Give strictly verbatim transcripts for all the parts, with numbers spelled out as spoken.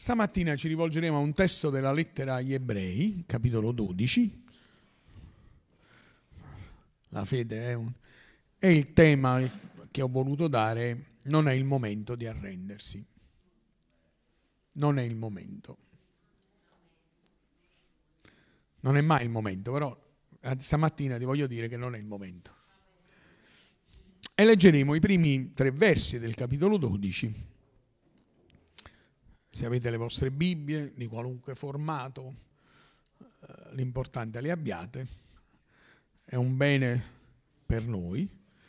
Stamattina ci rivolgeremo a un testo della lettera agli Ebrei, capitolo dodici. La fede è, un, è il tema che ho voluto dare, non è il momento di arrendersi. Non è il momento. Non è mai il momento, però stamattina ti voglio dire che non è il momento. E leggeremo i primi tre versi del capitolo dodici. Se avete le vostre Bibbie di qualunque formato, eh, l'importante le abbiate, è un bene per noi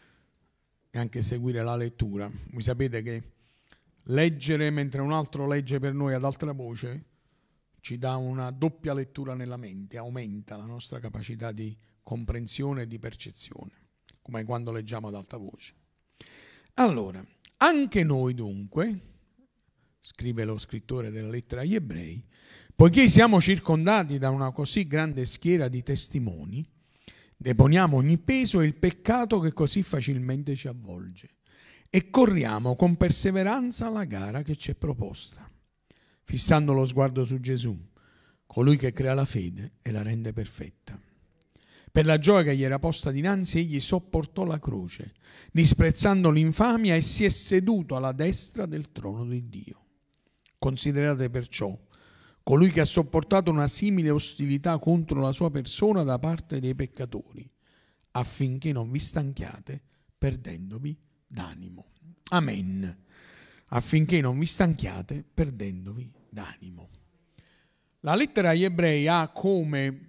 e anche seguire la lettura. Voi sapete che leggere mentre un altro legge per noi ad alta voce ci dà una doppia lettura nella mente, aumenta la nostra capacità di comprensione e di percezione, come quando leggiamo ad alta voce. Allora, anche noi dunque, scrive lo scrittore della lettera agli Ebrei, poiché siamo circondati da una così grande schiera di testimoni, deponiamo ogni peso e il peccato che così facilmente ci avvolge e corriamo con perseveranza la gara che ci è proposta, fissando lo sguardo su Gesù, colui che crea la fede e la rende perfetta. Per la gioia che gli era posta dinanzi, egli sopportò la croce, disprezzando l'infamia, e si è seduto alla destra del trono di Dio. Considerate perciò colui che ha sopportato una simile ostilità contro la sua persona da parte dei peccatori, affinché non vi stanchiate perdendovi d'animo. Amen. Affinché non vi stanchiate perdendovi d'animo. La lettera agli Ebrei ha come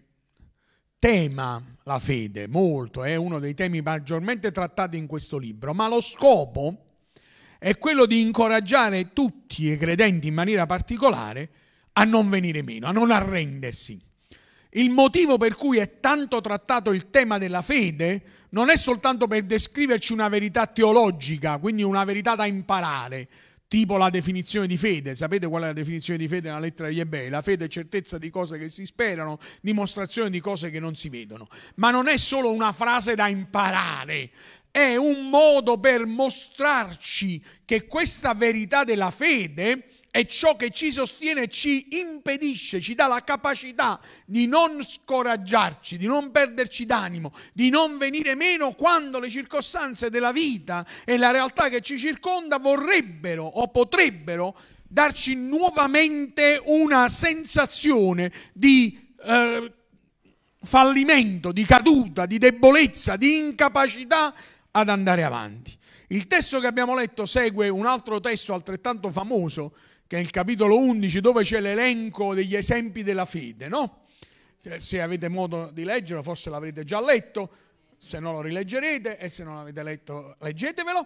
tema la fede, molto, è uno dei temi maggiormente trattati in questo libro, ma lo scopo è quello di incoraggiare tutti i credenti in maniera particolare a non venire meno, a non arrendersi. Il motivo per cui è tanto trattato il tema della fede non è soltanto per descriverci una verità teologica, quindi una verità da imparare, tipo la definizione di fede. Sapete qual è la definizione di fede nella lettera agli Ebrei? La fede è certezza di cose che si sperano, dimostrazione di cose che non si vedono. Ma non è solo una frase da imparare, è un modo per mostrarci che questa verità della fede è ciò che ci sostiene e ci impedisce, ci dà la capacità di non scoraggiarci, di non perderci d'animo, di non venire meno quando le circostanze della vita e la realtà che ci circonda vorrebbero o potrebbero darci nuovamente una sensazione di eh, fallimento, di caduta, di debolezza, di incapacità ad andare avanti. Il testo che abbiamo letto segue un altro testo altrettanto famoso, che è il capitolo undici, dove c'è l'elenco degli esempi della fede, no? Se avete modo di leggerlo, forse l'avrete già letto, se no lo rileggerete, e se non l'avete letto leggetevelo,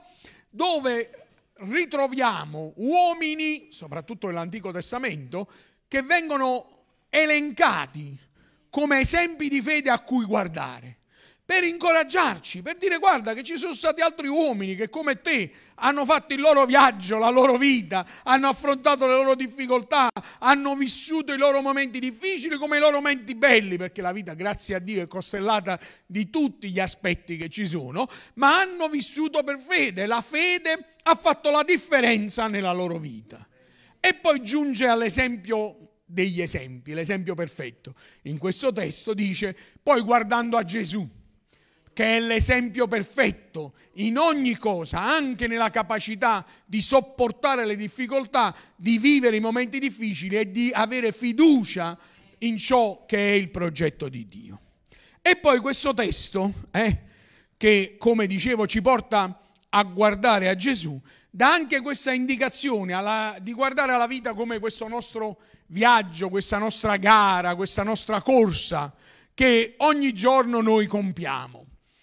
dove ritroviamo uomini, soprattutto nell'Antico Testamento, che vengono elencati come esempi di fede a cui guardare, per incoraggiarci, per dire guarda che ci sono stati altri uomini che come te hanno fatto il loro viaggio, la loro vita, hanno affrontato le loro difficoltà, hanno vissuto i loro momenti difficili come i loro momenti belli, perché la vita, grazie a Dio, è costellata di tutti gli aspetti che ci sono, ma hanno vissuto per fede. La fede ha fatto la differenza nella loro vita. E poi giunge all'esempio degli esempi, l'esempio perfetto. In questo testo dice, poi guardando a Gesù, che è l'esempio perfetto in ogni cosa, anche nella capacità di sopportare le difficoltà, di vivere i momenti difficili e di avere fiducia in ciò che è il progetto di Dio. E poi questo testo, eh, che come dicevo ci porta a guardare a Gesù, dà anche questa indicazione alla, di guardare alla vita come questo nostro viaggio, questa nostra gara, questa nostra corsa che ogni giorno noi compiamo.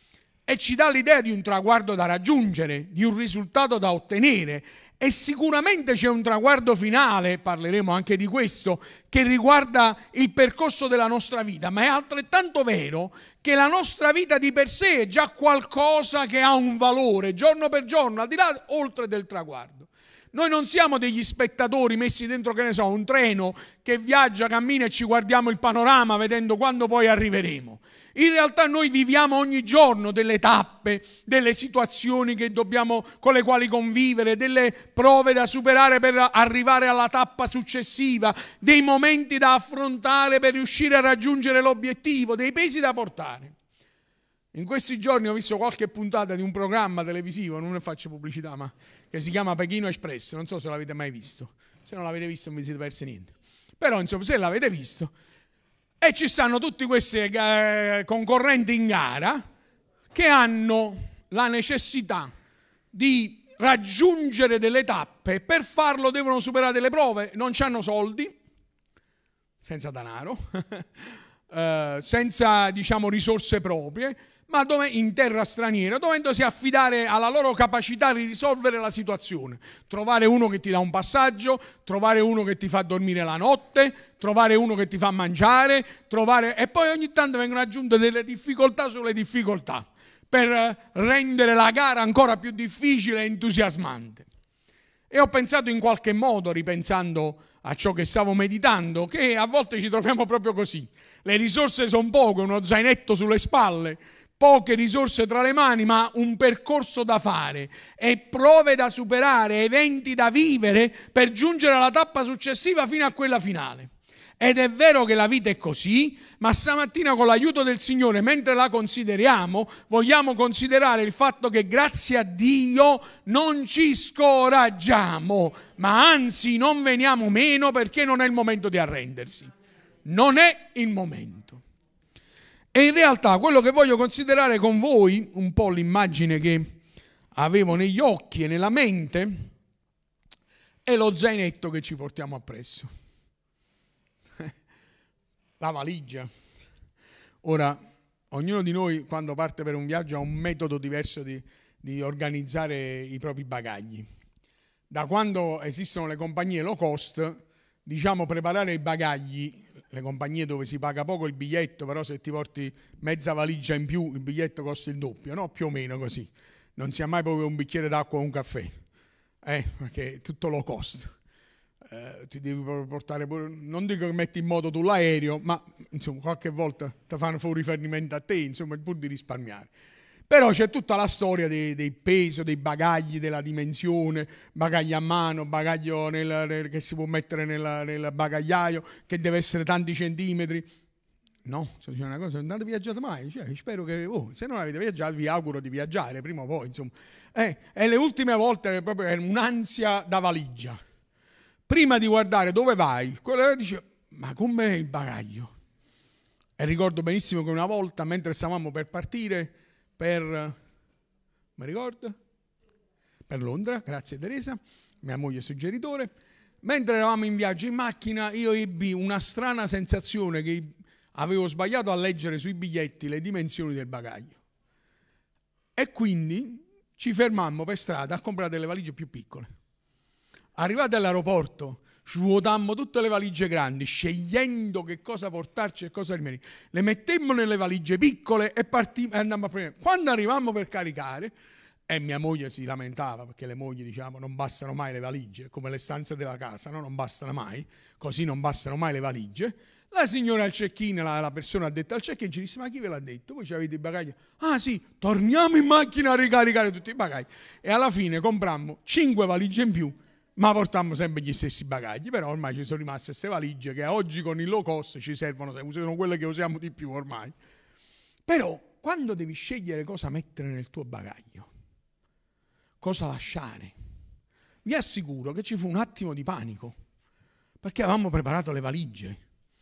E ci dà l'idea di un traguardo da raggiungere, di un risultato da ottenere, e sicuramente c'è un traguardo finale, parleremo anche di questo, che riguarda il percorso della nostra vita, ma è altrettanto vero che la nostra vita di per sé è già qualcosa che ha un valore, giorno per giorno, al di là oltre del traguardo. Noi non siamo degli spettatori messi dentro, che ne so, un treno che viaggia, cammina e ci guardiamo il panorama vedendo quando poi arriveremo. In realtà noi viviamo ogni giorno delle tappe, delle situazioni che dobbiamo, con le quali convivere, delle prove da superare per arrivare alla tappa successiva, dei momenti da affrontare per riuscire a raggiungere l'obiettivo, dei pesi da portare. In questi giorni ho visto qualche puntata di un programma televisivo, non ne faccio pubblicità, ma che si chiama Pechino Express, non so se l'avete mai visto. Se non l'avete visto non vi siete persi niente. Però insomma, se l'avete visto, e ci stanno tutti questi eh, concorrenti in gara che hanno la necessità di raggiungere delle tappe, per farlo devono superare delle prove, non hanno soldi, senza denaro, eh, senza diciamo risorse proprie, ma dove, in terra straniera, dovendosi affidare alla loro capacità di risolvere la situazione. Trovare uno che ti dà un passaggio, trovare uno che ti fa dormire la notte, trovare uno che ti fa mangiare, trovare... e poi ogni tanto vengono aggiunte delle difficoltà sulle difficoltà per rendere la gara ancora più difficile e entusiasmante. E ho pensato in qualche modo, ripensando a ciò che stavo meditando, che a volte ci troviamo proprio così. Le risorse sono poche, uno zainetto sulle spalle, poche risorse tra le mani, ma un percorso da fare e prove da superare, eventi da vivere per giungere alla tappa successiva fino a quella finale. Ed è vero che la vita è così, ma stamattina con l'aiuto del Signore, mentre la consideriamo, vogliamo considerare il fatto che grazie a Dio non ci scoraggiamo, ma anzi non veniamo meno, perché non è il momento di arrendersi. Non è il momento. E in realtà quello che voglio considerare con voi, un po' l'immagine che avevo negli occhi e nella mente, è lo zainetto che ci portiamo appresso. La valigia. Ora, ognuno di noi quando parte per un viaggio ha un metodo diverso di, di organizzare i propri bagagli. Da quando esistono le compagnie low cost, diciamo preparare i bagagli, le compagnie dove si paga poco il biglietto, però se ti porti mezza valigia in più il biglietto costa il doppio, no? Più o meno così. Non sia mai proprio un bicchiere d'acqua o un caffè, eh? Perché è tutto low cost. Eh, ti devi portare pure, non dico che metti in moto tu l'aereo, ma insomma qualche volta ti fanno fuori riferimento a te, insomma, pur di risparmiare. Però c'è tutta la storia dei, dei peso, dei bagagli, della dimensione, bagaglio a mano, bagaglio nel, nel, che si può mettere nel, nel bagagliaio, che deve essere tanti centimetri. No, sto dicendo una cosa, non avete viaggiato mai? Cioè, spero che, oh, se non avete viaggiato vi auguro di viaggiare prima o poi, insomma. Eh, e le ultime volte proprio è un'ansia da valigia. Prima di guardare dove vai, quello che dice, ma com'è il bagaglio? E ricordo benissimo che una volta, mentre stavamo per partire per, mi ricordo? Per Londra, grazie Teresa, mia moglie suggeritore, mentre eravamo in viaggio in macchina, io ebbi una strana sensazione che avevo sbagliato a leggere sui biglietti le dimensioni del bagaglio. E quindi ci fermammo per strada a comprare delle valigie più piccole. Arrivati all'aeroporto, svuotammo tutte le valigie grandi, scegliendo che cosa portarci e cosa rimanere. Le mettemmo nelle valigie piccole e partimmo e andammo a prendere. Quando arrivammo per caricare, e mia moglie si lamentava, perché le mogli, diciamo, non bastano mai le valigie, come le stanze della casa, no? Non bastano mai, così non bastano mai le valigie. La signora al check-in, la, la persona addetta al check-in, ci disse, ma chi ve l'ha detto? Voi avete i bagagli? Ah sì, torniamo in macchina a ricaricare tutti i bagagli. E alla fine comprammo cinque valigie in più, ma portammo sempre gli stessi bagagli, però ormai ci sono rimaste queste valigie che oggi con il low cost ci servono, sono quelle che usiamo di più ormai. Però quando devi scegliere cosa mettere nel tuo bagaglio, cosa lasciare, vi assicuro che ci fu un attimo di panico, perché avevamo preparato le valigie,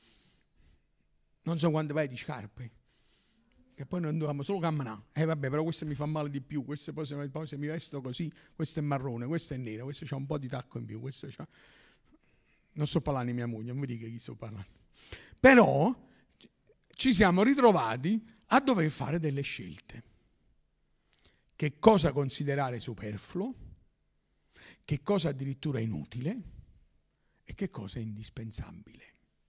non so quante paia di scarpe, che poi noi dovevamo solo camminare. E eh, vabbè, però questo mi fa male di più, questo poi se, poi se mi vesto così, questo è marrone, questo è nero, questo c'ha un po' di tacco in più, questo c'ha... Non sto parlando di mia moglie, non mi dica chi sto parlando. Però ci siamo ritrovati a dover fare delle scelte. Che cosa considerare superfluo, che cosa addirittura inutile e che cosa è indispensabile.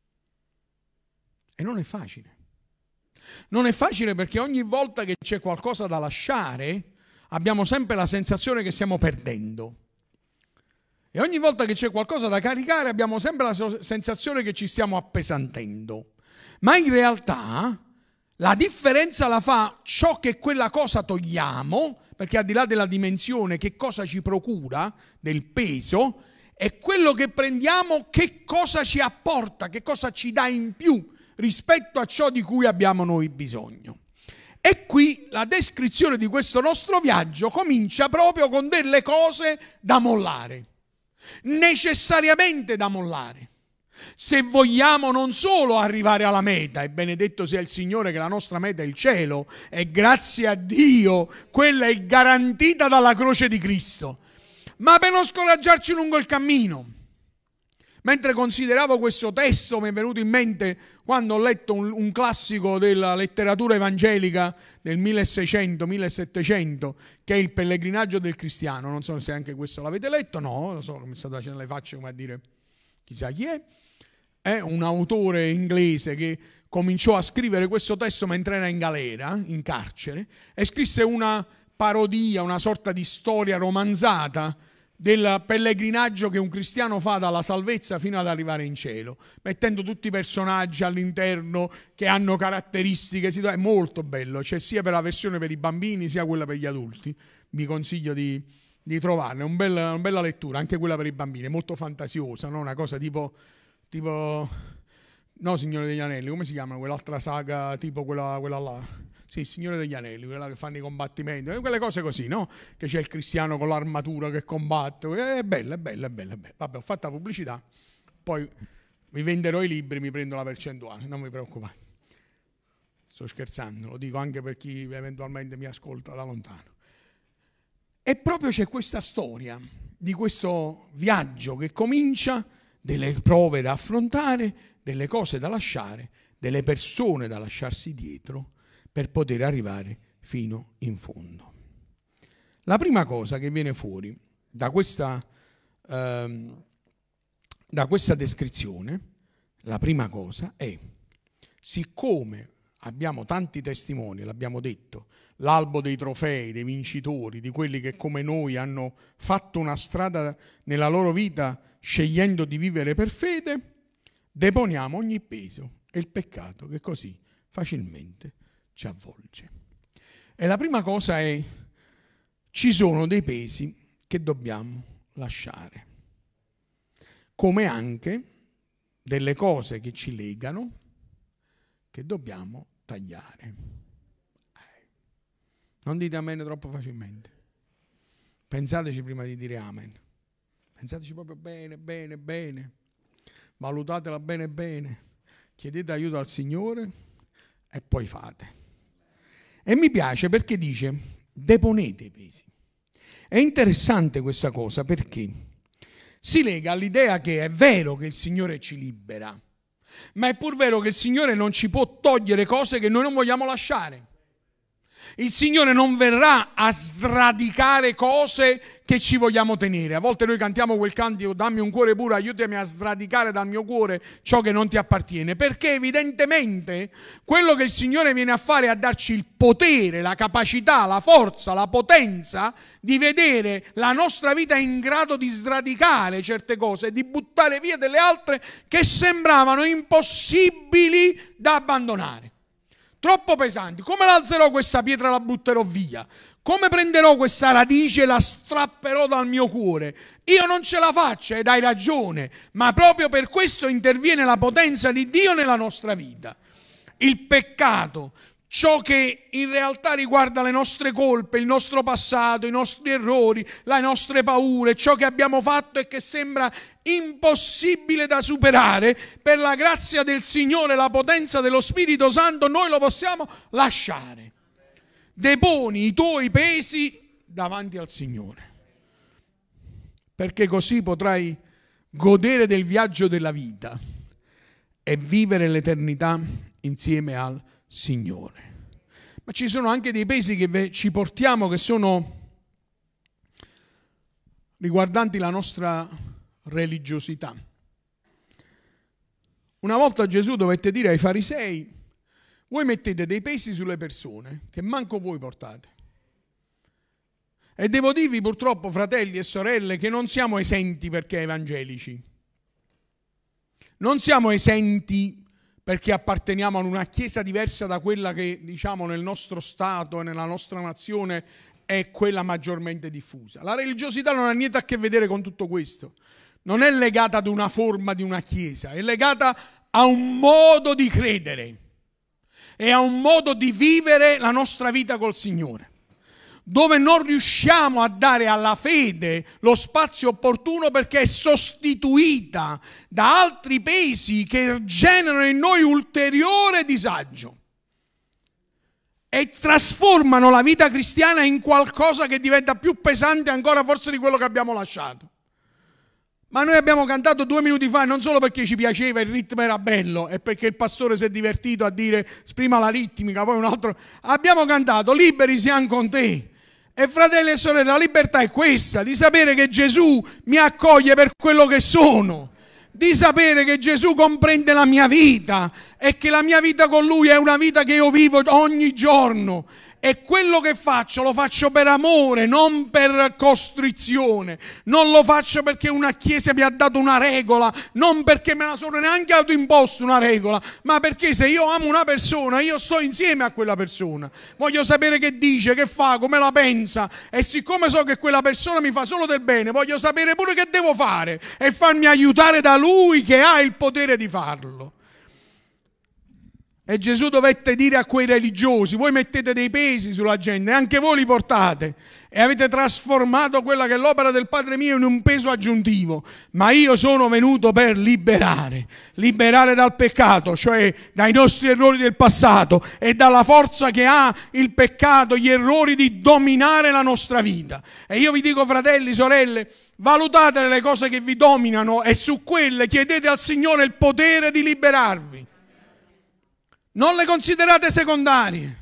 E non è facile. Non è facile perché ogni volta che c'è qualcosa da lasciare abbiamo sempre la sensazione che stiamo perdendo. E ogni volta che c'è qualcosa da caricare abbiamo sempre la sensazione che ci stiamo appesantendo. Ma in realtà la differenza la fa ciò che quella cosa togliamo, perché al di là della dimensione, che cosa ci procura, del peso, e quello che prendiamo, che cosa ci apporta, che cosa ci dà in più rispetto a ciò di cui abbiamo noi bisogno. E qui la descrizione di questo nostro viaggio comincia proprio con delle cose da mollare, necessariamente da mollare. Se vogliamo non solo arrivare alla meta, e benedetto sia il Signore che la nostra meta è il cielo, e grazie a Dio quella è garantita dalla croce di Cristo, ma per non scoraggiarci lungo il cammino. Mentre consideravo questo testo mi è venuto in mente quando ho letto un, un classico della letteratura evangelica del milleseicento millesettecento, che è Il pellegrinaggio del cristiano. Non so se anche questo l'avete letto, no, non so, mi state facendo le facce come a dire chissà chi è. È un autore inglese che cominciò a scrivere questo testo mentre era in galera, in carcere, e scrisse una parodia, una sorta di storia romanzata del pellegrinaggio che un cristiano fa dalla salvezza fino ad arrivare in cielo, mettendo tutti i personaggi all'interno che hanno caratteristiche. È molto bello, c'è sia per la versione per i bambini sia quella per gli adulti. Vi consiglio di, di trovarne, è un bel, una bella lettura, anche quella per i bambini, è molto fantasiosa, no? Una cosa tipo, tipo, no, Signore degli Anelli, come si chiama quell'altra saga, tipo quella, quella là? Sì, Signore degli Anelli, quella che fanno i combattimenti, quelle cose così, no? Che c'è il cristiano con l'armatura che combatte, è bella, è bella, è bella, è bella. Vabbè, ho fatto la pubblicità, poi vi venderò i libri, mi prendo la percentuale, non vi preoccupate. Sto scherzando, lo dico anche per chi eventualmente mi ascolta da lontano. E proprio c'è questa storia di questo viaggio che comincia, delle prove da affrontare, delle cose da lasciare, delle persone da lasciarsi dietro, per poter arrivare fino in fondo. La prima cosa che viene fuori da questa, ehm, da questa descrizione, la prima cosa è, siccome abbiamo tanti testimoni, l'abbiamo detto, l'albo dei trofei, dei vincitori, di quelli che come noi hanno fatto una strada nella loro vita scegliendo di vivere per fede, deponiamo ogni peso e il peccato che così facilmente ci avvolge. E la prima cosa è, ci sono dei pesi che dobbiamo lasciare, come anche delle cose che ci legano che dobbiamo tagliare. Non dite amen troppo facilmente, pensateci prima di dire amen, pensateci proprio bene, bene, bene, valutatela bene bene, chiedete aiuto al Signore e poi fate. E mi piace perché dice deponete i pesi. È interessante questa cosa perché si lega all'idea che è vero che il Signore ci libera, ma è pur vero che il Signore non ci può togliere cose che noi non vogliamo lasciare. Il Signore non verrà a sradicare cose che ci vogliamo tenere. A volte noi cantiamo quel cantico, dammi un cuore puro, aiutami a sradicare dal mio cuore ciò che non ti appartiene, perché evidentemente quello che il Signore viene a fare è a darci il potere, la capacità, la forza, la potenza di vedere la nostra vita in grado di sradicare certe cose e di buttare via delle altre che sembravano impossibili da abbandonare. Troppo pesanti. Come l'alzerò questa pietra e la butterò via? Come prenderò questa radice e la strapperò dal mio cuore? Io non ce la faccio ed hai ragione, ma proprio per questo interviene la potenza di Dio nella nostra vita. Il peccato, ciò che in realtà riguarda le nostre colpe, il nostro passato, i nostri errori, le nostre paure, ciò che abbiamo fatto e che sembra impossibile da superare, per la grazia del Signore, la potenza dello Spirito Santo, noi lo possiamo lasciare. Deponi i tuoi pesi davanti al Signore, perché così potrai godere del viaggio della vita e vivere l'eternità insieme al Signore. Ma ci sono anche dei pesi che ci portiamo che sono riguardanti la nostra religiosità. Una volta Gesù dovette dire ai farisei: voi mettete dei pesi sulle persone che manco voi portate. E devo dirvi purtroppo, fratelli e sorelle, che non siamo esenti perché evangelici. Non siamo esenti perché apparteniamo a una chiesa diversa da quella che, diciamo, nel nostro Stato e nella nostra nazione è quella maggiormente diffusa. La religiosità non ha niente a che vedere con tutto questo. Non è legata ad una forma di una chiesa, è legata a un modo di credere e a un modo di vivere la nostra vita col Signore, dove non riusciamo a dare alla fede lo spazio opportuno perché è sostituita da altri pesi che generano in noi ulteriore disagio e trasformano la vita cristiana in qualcosa che diventa più pesante ancora forse di quello che abbiamo lasciato. Ma noi abbiamo cantato due minuti fa, non solo perché ci piaceva, il ritmo era bello e perché il pastore si è divertito a dire prima la ritmica, poi un altro. Abbiamo cantato liberi siamo con te. E fratelli e sorelle, la libertà è questa, di sapere che Gesù mi accoglie per quello che sono, di sapere che Gesù comprende la mia vita e che la mia vita con Lui è una vita che io vivo ogni giorno. E quello che faccio lo faccio per amore, non per costrizione. Non lo faccio perché una chiesa mi ha dato una regola, non perché me la sono neanche autoimposto una regola, ma perché se io amo una persona, io sto insieme a quella persona. Voglio sapere che dice, che fa, come la pensa. E siccome so che quella persona mi fa solo del bene, voglio sapere pure che devo fare e farmi aiutare da Lui che ha il potere di farlo. E Gesù dovette dire a quei religiosi: voi mettete dei pesi sulla gente, e anche voi li portate, e avete trasformato quella che è l'opera del Padre mio in un peso aggiuntivo. Ma io sono venuto per liberare, liberare dal peccato, cioè dai nostri errori del passato e dalla forza che ha il peccato, gli errori di dominare la nostra vita. E io vi dico, fratelli, sorelle, valutate le cose che vi dominano e su quelle chiedete al Signore il potere di liberarvi. Non le considerate secondarie.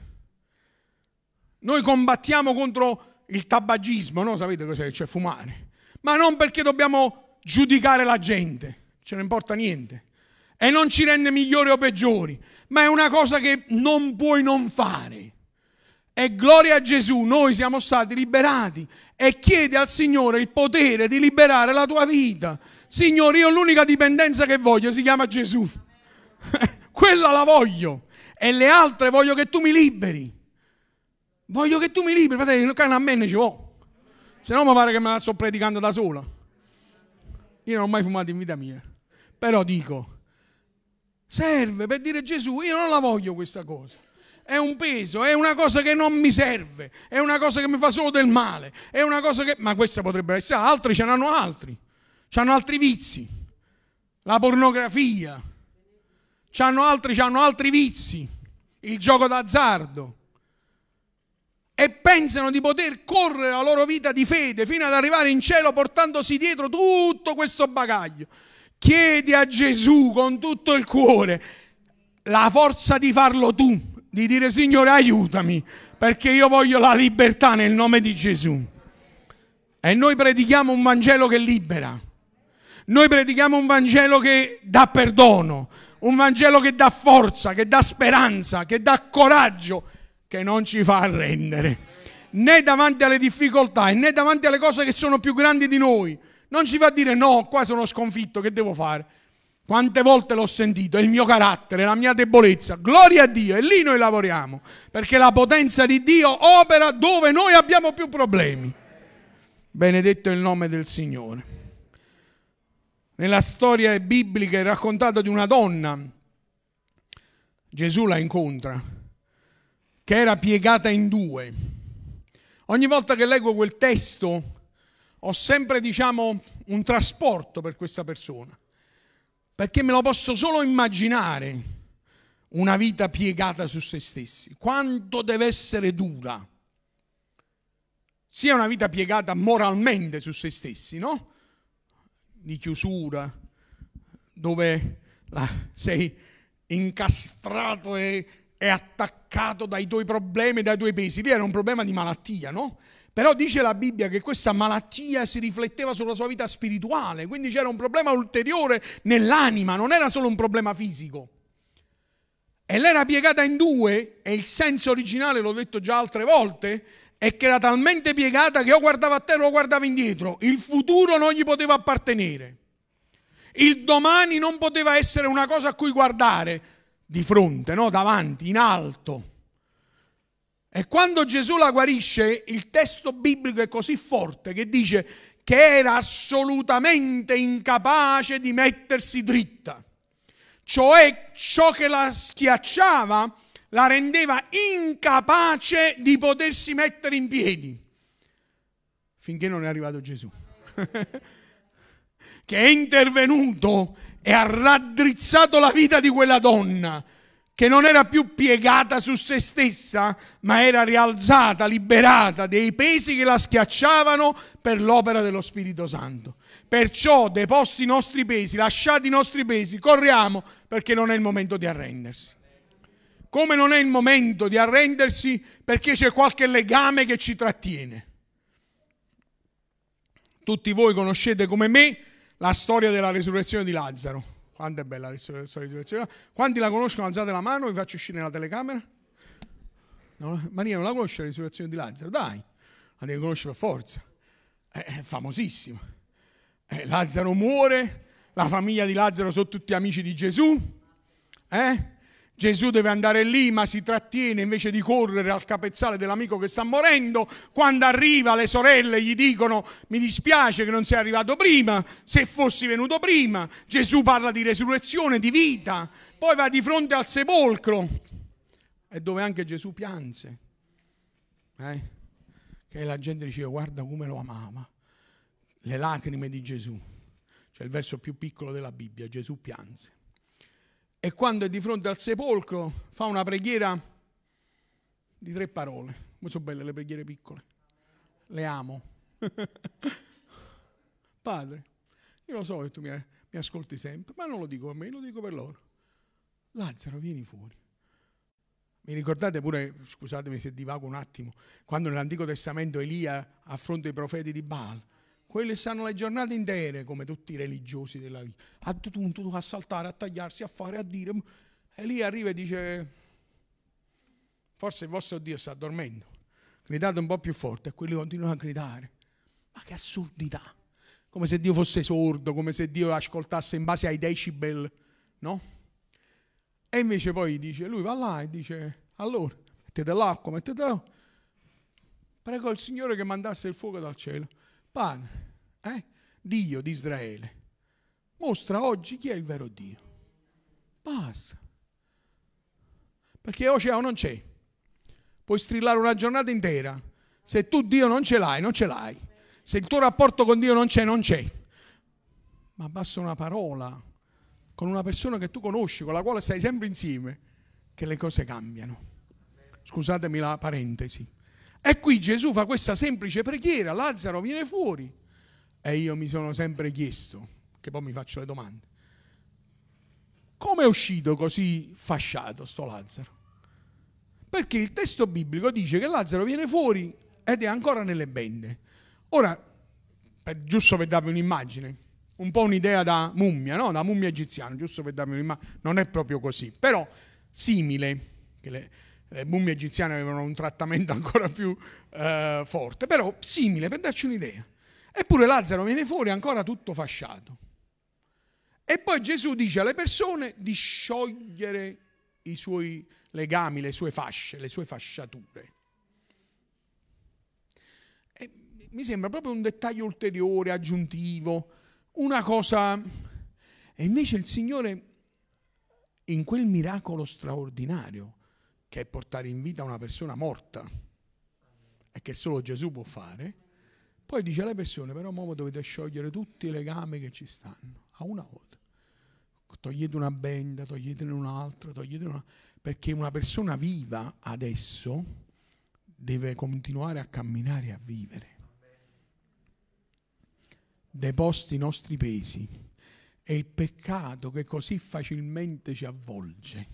Noi combattiamo contro il tabagismo, no? Sapete cos'è? Cioè fumare. Ma non perché dobbiamo giudicare la gente, ce ne importa niente. E non ci rende migliori o peggiori, ma è una cosa che non puoi non fare. E gloria a Gesù, noi siamo stati liberati. E chiedi al Signore il potere di liberare la tua vita. Signore, io l'unica dipendenza che voglio si chiama Gesù. Quella la voglio, e le altre voglio che tu mi liberi. Voglio che tu mi liberi, fratelli, a me ne ci vuole. Se no mi pare che me la sto predicando da sola. Io non ho mai fumato in vita mia, però dico, serve per dire: Gesù, io non la voglio questa cosa. È un peso, è una cosa che non mi serve, è una cosa che mi fa solo del male, è una cosa che... Ma questa potrebbe essere, altri ce n'hanno altri, c'hanno altri vizi, la pornografia. C'hanno altri, c'hanno altri vizi, il gioco d'azzardo, e pensano di poter correre la loro vita di fede fino ad arrivare in cielo portandosi dietro tutto questo bagaglio. Chiedi a Gesù con tutto il cuore la forza di farlo tu, di dire: Signore, aiutami, perché io voglio la libertà nel nome di Gesù. E noi predichiamo un Vangelo che libera, noi predichiamo un Vangelo che dà perdono, un Vangelo che dà forza, che dà speranza, che dà coraggio, che non ci fa arrendere, né davanti alle difficoltà, né davanti alle cose che sono più grandi di noi. Non ci fa dire: no, qua sono sconfitto, che devo fare? Quante volte l'ho sentito, è il mio carattere, la mia debolezza. Gloria a Dio, e lì noi lavoriamo, perché la potenza di Dio opera dove noi abbiamo più problemi. Benedetto è il nome del Signore. Nella storia biblica è raccontato di una donna, Gesù la incontra, che era piegata in due. Ogni volta che leggo quel testo ho sempre, diciamo, un trasporto per questa persona, perché me lo posso solo immaginare, una vita piegata su se stessi. Quanto deve essere dura, sia una vita piegata moralmente su se stessi, no? Di chiusura, dove la, sei incastrato e, e attaccato dai tuoi problemi, dai tuoi pesi. Lì era un problema di malattia, no? Però dice la Bibbia che questa malattia si rifletteva sulla sua vita spirituale, quindi c'era un problema ulteriore nell'anima, non era solo un problema fisico. E lei era piegata in due, e il senso originale, l'ho detto già altre volte, e che era talmente piegata che o guardava a terra o guardava indietro. Il futuro non gli poteva appartenere. Il domani non poteva essere una cosa a cui guardare di fronte, no? Davanti, in alto. E quando Gesù la guarisce, il testo biblico è così forte che dice che era assolutamente incapace di mettersi dritta. Cioè ciò che la schiacciava la rendeva incapace di potersi mettere in piedi. Finché non è arrivato Gesù. Che è intervenuto e ha raddrizzato la vita di quella donna, che non era più piegata su se stessa, ma era rialzata, liberata dei pesi che la schiacciavano per l'opera dello Spirito Santo. Perciò, deposti i nostri pesi, lasciati i nostri pesi, corriamo, perché non è il momento di arrendersi. Come non è il momento di arrendersi perché c'è qualche legame che ci trattiene. Tutti voi conoscete come me la storia della risurrezione di Lazzaro. Quanto è bella la storia della risurrezione? Quanti la conoscono? Alzate la mano, vi faccio uscire nella telecamera. No? Maria non la conosce la risurrezione di Lazzaro? Dai, la devi conoscere per forza. È famosissima. Eh, Lazzaro muore, la famiglia di Lazzaro sono tutti amici di Gesù. Eh? Gesù deve andare lì, ma si trattiene invece di correre al capezzale dell'amico che sta morendo. Quando arriva, le sorelle gli dicono: mi dispiace che non sei arrivato prima, se fossi venuto prima. Gesù parla di resurrezione, di vita. Poi va di fronte al sepolcro, e dove anche Gesù pianse. Eh? Che la gente diceva: guarda come lo amava. Le lacrime di Gesù. Cioè il verso più piccolo della Bibbia, Gesù pianse. E quando è di fronte al sepolcro fa una preghiera di tre parole. Come sono belle le preghiere piccole. Le amo. Padre, io lo so che tu mi, mi ascolti sempre, ma non lo dico per me, lo dico per loro. Lazzaro, vieni fuori. Mi ricordate pure, scusatemi se divago un attimo, quando nell'Antico Testamento Elia affronta i profeti di Baal. Quelli stanno le giornate intere, come tutti i religiosi della vita, a tutto, a saltare, a tagliarsi, a fare, a dire. E lì arriva e dice: forse il vostro Dio sta dormendo. Gridate un po' più forte, e quelli continuano a gridare. Ma che assurdità! Come se Dio fosse sordo, come se Dio ascoltasse in base ai decibel, no? E invece poi dice, lui va là e dice: allora, mettete l'acqua, mettete l'acqua. Prego il Signore che mandasse il fuoco dal cielo. Padre, eh? Dio di Israele, mostra oggi chi è il vero Dio. Basta. Perché o c'è o non c'è. Puoi strillare una giornata intera. Se tu Dio non ce l'hai, non ce l'hai. Se il tuo rapporto con Dio non c'è, non c'è. Ma basta una parola con una persona che tu conosci, con la quale stai sempre insieme, che le cose cambiano. Scusatemi la parentesi. E qui Gesù fa questa semplice preghiera, Lazzaro viene fuori. E io mi sono sempre chiesto, che poi mi faccio le domande, come è uscito così fasciato sto Lazzaro? Perché il testo biblico dice che Lazzaro viene fuori ed è ancora nelle bende. Ora, per, giusto per darvi un'immagine, un po' un'idea da mummia, no? Da mummia egiziana, giusto per darvi un'immagine, non è proprio così, però simile, che le... Le mummie egiziane avevano un trattamento ancora più eh, forte, però simile, per darci un'idea. Eppure Lazzaro viene fuori ancora tutto fasciato. E poi Gesù dice alle persone di sciogliere i suoi legami, le sue fasce, le sue fasciature. E mi sembra proprio un dettaglio ulteriore, aggiuntivo, una cosa. E invece il Signore, in quel miracolo straordinario, che è portare in vita una persona morta e che solo Gesù può fare, poi dice alle persone: però mo dovete sciogliere tutti i legami che ci stanno, a una volta. Togliete una benda, toglietene un'altra, toglietene una... perché una persona viva adesso deve continuare a camminare e a vivere. Deposti i nostri pesi è il peccato che così facilmente ci avvolge.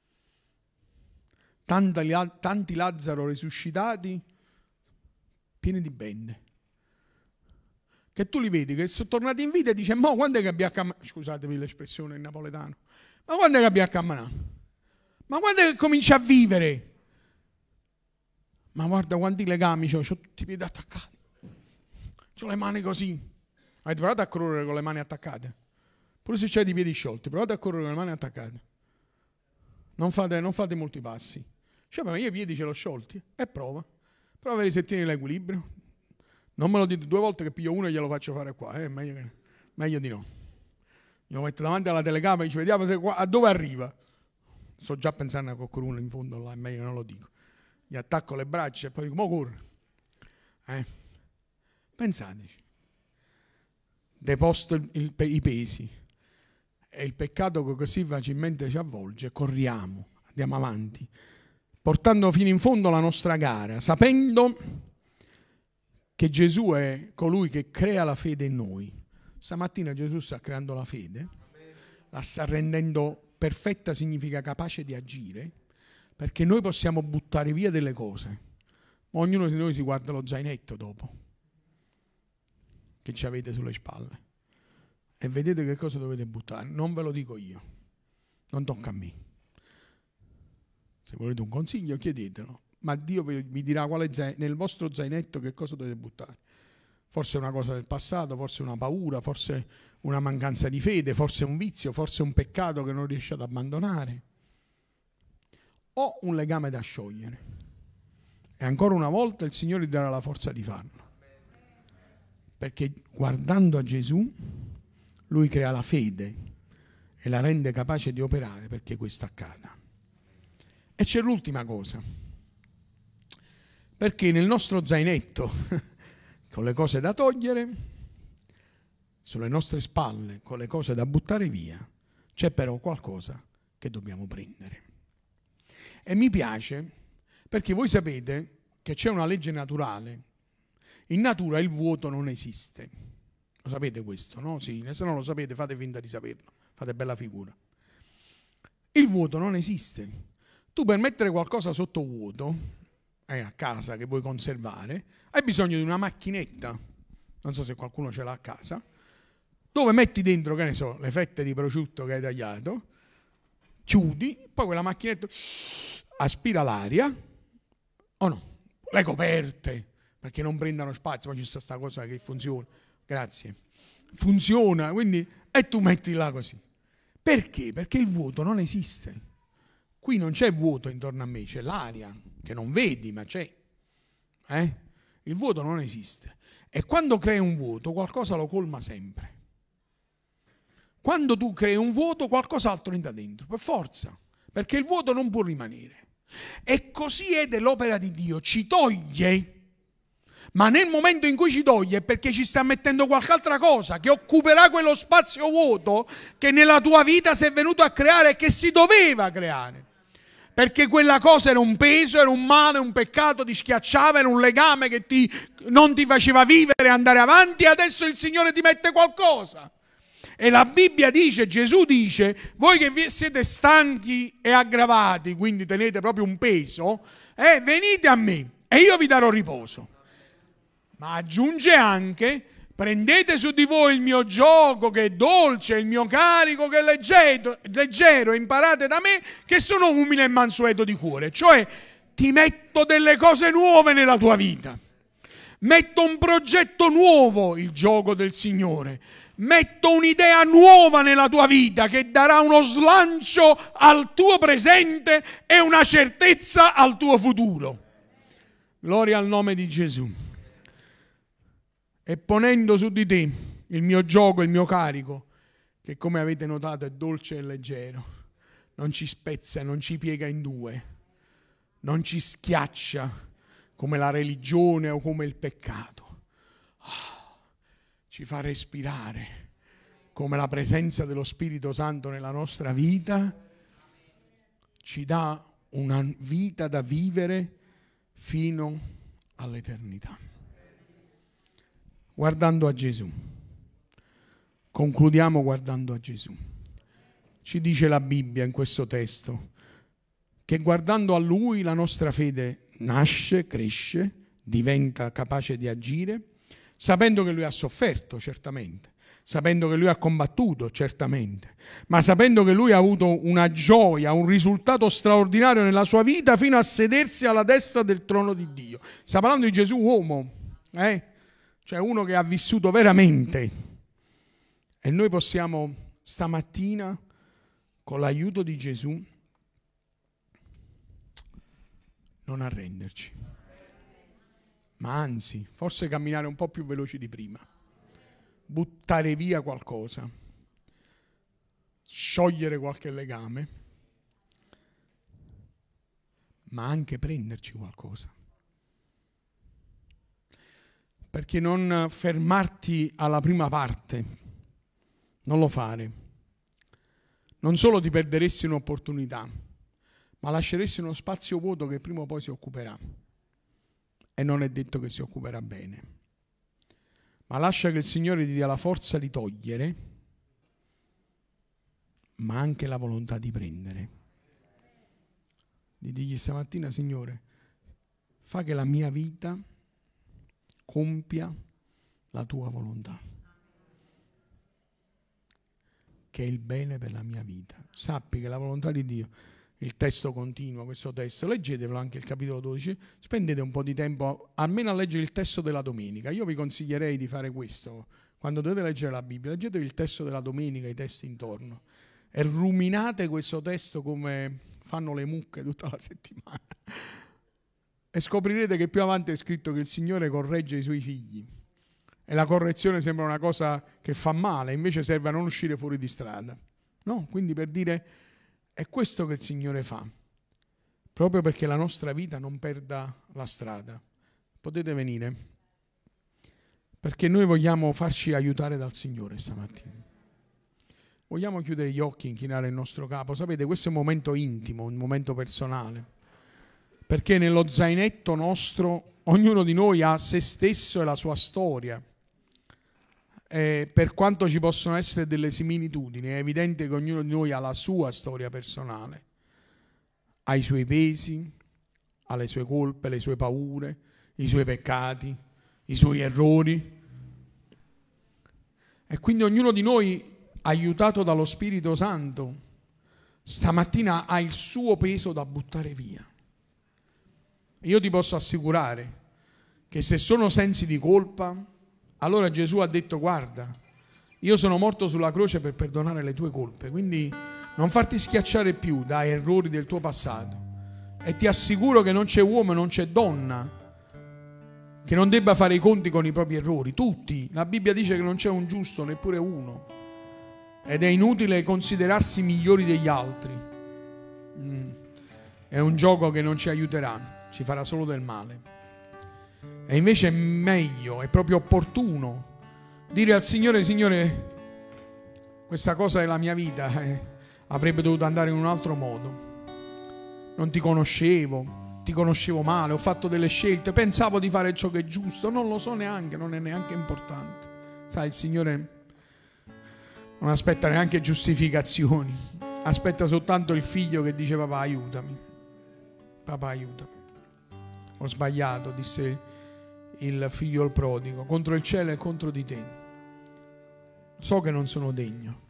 Tanti, tanti Lazzaro risuscitati pieni di bende, che tu li vedi che sono tornati in vita e dici: ma quando è che abbiamo camminato? Scusatemi l'espressione in napoletano, ma quando è che abbiamo camminato? Ma quando è che comincia a vivere? Ma guarda quanti legami ho, ho tutti i piedi attaccati. Ho le mani così. Avete provato a correre con le mani attaccate? Pure se c'è i piedi sciolti, provate a correre con le mani attaccate. Non fate, non fate molti passi. Cioè, ma io i piedi ce l'ho sciolti. E prova. Prova a vedere se tieni l'equilibrio. Non me lo dite due volte che piglio uno e glielo faccio fare qua. Eh? Meglio, che, meglio di no. Io lo metto davanti alla telecamera e dico, vediamo se qua, a dove arriva. Sto già pensando a qualcuno in fondo là, è meglio che non lo dico. Gli attacco le braccia e poi dico, mo corre. Eh? Pensateci. Deposto il, il, i pesi. E il peccato che così facilmente ci avvolge, corriamo, andiamo avanti, portando fino in fondo la nostra gara, sapendo che Gesù è colui che crea la fede in noi. Stamattina Gesù sta creando la fede, la sta rendendo perfetta, significa capace di agire, perché noi possiamo buttare via delle cose, ma ognuno di noi si guarda lo zainetto dopo, che ci avete sulle spalle. E vedete che cosa dovete buttare. Non ve lo dico io, non tocca a me. Se volete un consiglio chiedetelo, ma Dio vi dirà quale zain- nel vostro zainetto che cosa dovete buttare. Forse una cosa del passato, forse una paura, forse una mancanza di fede, forse un vizio, forse un peccato che non riesce ad abbandonare, o un legame da sciogliere. E ancora una volta il Signore vi darà la forza di farlo, perché guardando a Gesù Lui crea la fede e la rende capace di operare perché questo accada. E c'è l'ultima cosa, perché nel nostro zainetto, con le cose da togliere, sulle nostre spalle, con le cose da buttare via, c'è però qualcosa che dobbiamo prendere. E mi piace perché voi sapete che c'è una legge naturale. In natura il vuoto non esiste. Lo sapete questo, no? Sì, se non lo sapete fate finta di saperlo, fate bella figura. Il vuoto non esiste. Tu per mettere qualcosa sotto vuoto, eh, a casa che vuoi conservare, hai bisogno di una macchinetta, non so se qualcuno ce l'ha a casa, dove metti dentro, che ne so, le fette di prosciutto che hai tagliato, chiudi, poi quella macchinetta aspira l'aria, o no? Le coperte, perché non prendano spazio, ma c'è questa cosa che funziona. Grazie. Funziona, quindi, e tu metti là così. Perché? Perché il vuoto non esiste. Qui non c'è vuoto intorno a me, c'è l'aria, che non vedi, ma c'è. Eh? Il vuoto non esiste. E quando crei un vuoto, qualcosa lo colma sempre. Quando tu crei un vuoto, qualcos'altro entra dentro, per forza, perché il vuoto non può rimanere. E così è dell'opera di Dio, ci toglie. Ma nel momento in cui ci toglie è perché ci sta mettendo qualche altra cosa che occuperà quello spazio vuoto che nella tua vita sei venuto a creare e che si doveva creare. Perché quella cosa era un peso, era un male, un peccato, ti schiacciava, era un legame che ti, non ti faceva vivere e andare avanti, e adesso il Signore ti mette qualcosa. E la Bibbia dice, Gesù dice, voi che siete stanchi e aggravati, quindi tenete proprio un peso, eh, venite a me e io vi darò riposo. Ma aggiunge anche, prendete su di voi il mio giogo che è dolce, il mio carico che è leggero, leggero, e imparate da me che sono umile e mansueto di cuore. Cioè, ti metto delle cose nuove nella tua vita. Metto un progetto nuovo, il gioco del Signore. Metto un'idea nuova nella tua vita che darà uno slancio al tuo presente e una certezza al tuo futuro. Gloria al nome di Gesù. E ponendo su di te il mio gioco, il mio carico, che come avete notato è dolce e leggero, non ci spezza, non ci piega in due, non ci schiaccia come la religione o come il peccato. Oh, ci fa respirare come la presenza dello Spirito Santo nella nostra vita, ci dà una vita da vivere fino all'eternità. Guardando a Gesù. Concludiamo guardando a Gesù. Ci dice la Bibbia in questo testo che guardando a Lui la nostra fede nasce, cresce, diventa capace di agire, sapendo che Lui ha sofferto, certamente, sapendo che lui ha combattuto, certamente, ma sapendo che lui ha avuto una gioia, un risultato straordinario nella sua vita fino a sedersi alla destra del trono di Dio. Sta parlando di Gesù uomo, eh? Cioè uno che ha vissuto veramente. E noi possiamo stamattina, con l'aiuto di Gesù, non arrenderci, ma anzi, forse camminare un po' più veloci di prima. Buttare via qualcosa, sciogliere qualche legame, ma anche prenderci qualcosa. Perché non fermarti alla prima parte, non lo fare. Non solo ti perderesti un'opportunità, ma lasceresti uno spazio vuoto che prima o poi si occuperà. E non è detto che si occuperà bene. Ma lascia che il Signore ti dia la forza di togliere, ma anche la volontà di prendere. Di dirgli stamattina: Signore, fa che la mia vita compia la tua volontà, che è il bene per la mia vita. Sappi che la volontà di Dio, il testo continua, questo testo, leggetevelo anche il capitolo dodici, spendete un po' di tempo almeno a leggere il testo della domenica. Io vi consiglierei di fare questo: quando dovete leggere la Bibbia, leggetevi il testo della domenica, i testi intorno, e ruminate questo testo come fanno le mucche tutta la settimana, e scoprirete che più avanti è scritto che il Signore corregge i suoi figli, e la correzione sembra una cosa che fa male, invece serve a non uscire fuori di strada, no? Quindi, per dire, è questo che il Signore fa, proprio perché la nostra vita non perda la strada. Potete venire, perché noi vogliamo farci aiutare dal Signore stamattina. Vogliamo chiudere gli occhi, inchinare il nostro capo. Sapete, questo è un momento intimo, un momento personale, perché nello zainetto nostro ognuno di noi ha se stesso e la sua storia. Eh, per quanto ci possono essere delle similitudini, è evidente che ognuno di noi ha la sua storia personale, ha i suoi pesi, ha le sue colpe, le sue paure, i suoi peccati, i suoi errori. E quindi ognuno di noi, aiutato dallo Spirito Santo, stamattina ha il suo peso da buttare via. Io ti posso assicurare che se sono sensi di colpa, allora Gesù ha detto: guarda, io sono morto sulla croce per perdonare le tue colpe, quindi non farti schiacciare più da errori del tuo passato. E ti assicuro che non c'è uomo e non c'è donna che non debba fare i conti con i propri errori. Tutti. La Bibbia dice che non c'è un giusto, neppure uno, ed è inutile considerarsi migliori degli altri. Mm. È un gioco che non ci aiuterà, ci farà solo del male. E invece è meglio, è proprio opportuno dire al Signore: Signore, questa cosa è la mia vita, eh, avrebbe dovuto andare in un altro modo. Non ti conoscevo, ti conoscevo male, ho fatto delle scelte, pensavo di fare ciò che è giusto, non lo so neanche, non è neanche importante. Sai, il Signore non aspetta neanche giustificazioni, aspetta soltanto il figlio che dice: papà, aiutami, papà, aiutami. Ho sbagliato, disse il figlio il prodigo, contro il cielo e contro di te. So che non sono degno,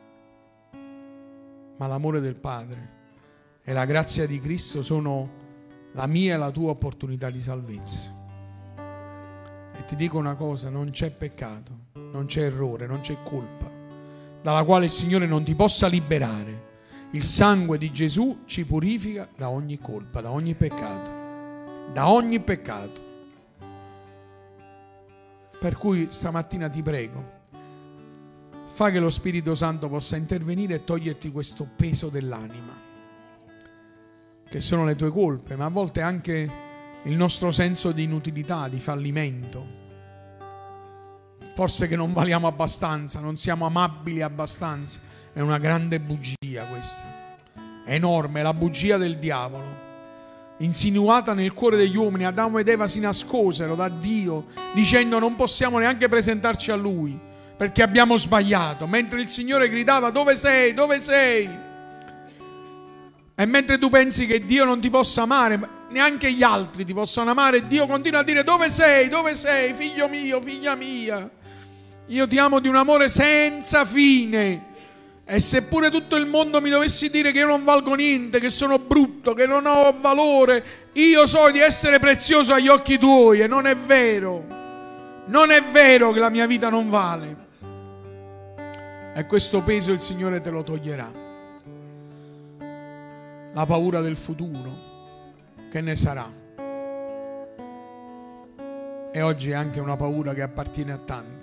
ma l'amore del Padre e la grazia di Cristo sono la mia e la tua opportunità di salvezza. E ti dico una cosa: non c'è peccato, non c'è errore, non c'è colpa dalla quale il Signore non ti possa liberare. Il sangue di Gesù ci purifica da ogni colpa, da ogni peccato, da ogni peccato. Per cui stamattina ti prego, fa che lo Spirito Santo possa intervenire e toglierti questo peso dell'anima, che sono le tue colpe, ma a volte anche il nostro senso di inutilità, di fallimento. Forse che non valiamo abbastanza, non siamo amabili abbastanza. È una grande bugia questa, è enorme, è la bugia del diavolo, insinuata nel cuore degli uomini. Adamo ed Eva si nascosero da Dio dicendo: non possiamo neanche presentarci a Lui perché abbiamo sbagliato, mentre il Signore gridava: dove sei, dove sei? E mentre tu pensi che Dio non ti possa amare, neanche gli altri ti possano amare, Dio continua a dire: dove sei, dove sei, figlio mio, figlia mia? Io ti amo di un amore senza fine. E seppure tutto il mondo mi dovesse dire che io non valgo niente, che sono brutto, che non ho valore, io so di essere prezioso agli occhi tuoi. E non è vero. Non è vero che la mia vita non vale. E questo peso il Signore te lo toglierà. La paura del futuro, che ne sarà? E oggi è anche una paura che appartiene a tanti.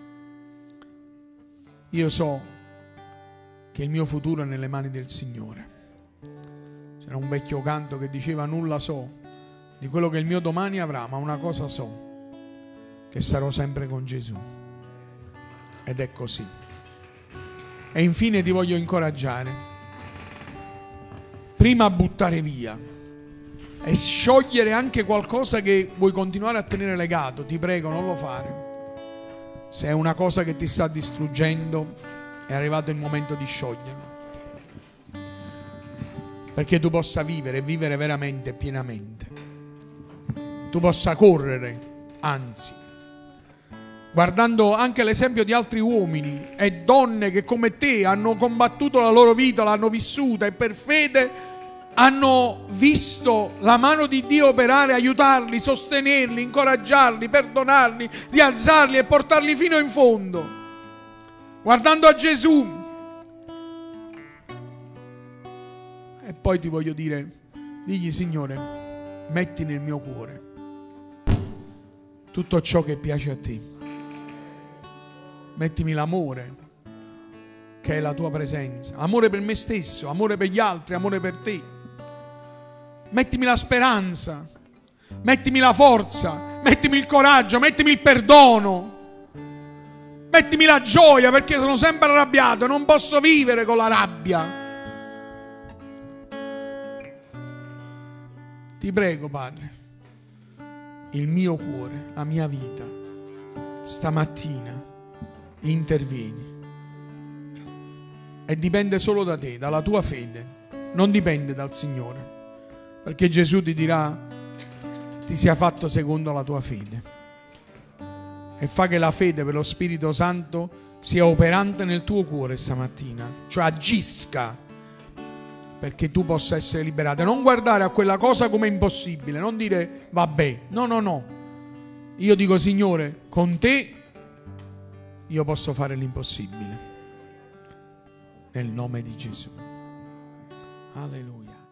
Io so che il mio futuro è nelle mani del Signore. C'era un vecchio canto che diceva: nulla so di quello che il mio domani avrà, ma una cosa so, che sarò sempre con Gesù. Ed è così. E infine ti voglio incoraggiare, prima a buttare via e sciogliere anche qualcosa che vuoi continuare a tenere legato. Ti prego, non lo fare. Se è una cosa che ti sta distruggendo, è arrivato il momento di scioglierla, perché tu possa vivere, vivere veramente, pienamente. Tu possa correre, anzi, guardando anche l'esempio di altri uomini e donne che come te hanno combattuto la loro vita, l'hanno vissuta e per fede hanno visto la mano di Dio operare, aiutarli, sostenerli, incoraggiarli, perdonarli, rialzarli e portarli fino in fondo. Guardando a Gesù. E poi ti voglio dire, digli: Signore, metti nel mio cuore tutto ciò che piace a te. Mettimi l'amore, che è la tua presenza, amore per me stesso, amore per gli altri, amore per te. Mettimi la speranza, mettimi la forza, mettimi il coraggio, mettimi il perdono. Mettimi la gioia, perché sono sempre arrabbiato e non posso vivere con la rabbia. Ti prego, Padre, il mio cuore, la mia vita, stamattina intervieni. E dipende solo da te, dalla tua fede, non dipende dal Signore, perché Gesù ti dirà: ti sia fatto secondo la tua fede. E fa che la fede per lo Spirito Santo sia operante nel tuo cuore stamattina, cioè agisca perché tu possa essere liberato. Non guardare a quella cosa come impossibile, non dire vabbè, no no no, io dico: Signore, con te io posso fare l'impossibile, nel nome di Gesù. Alleluia.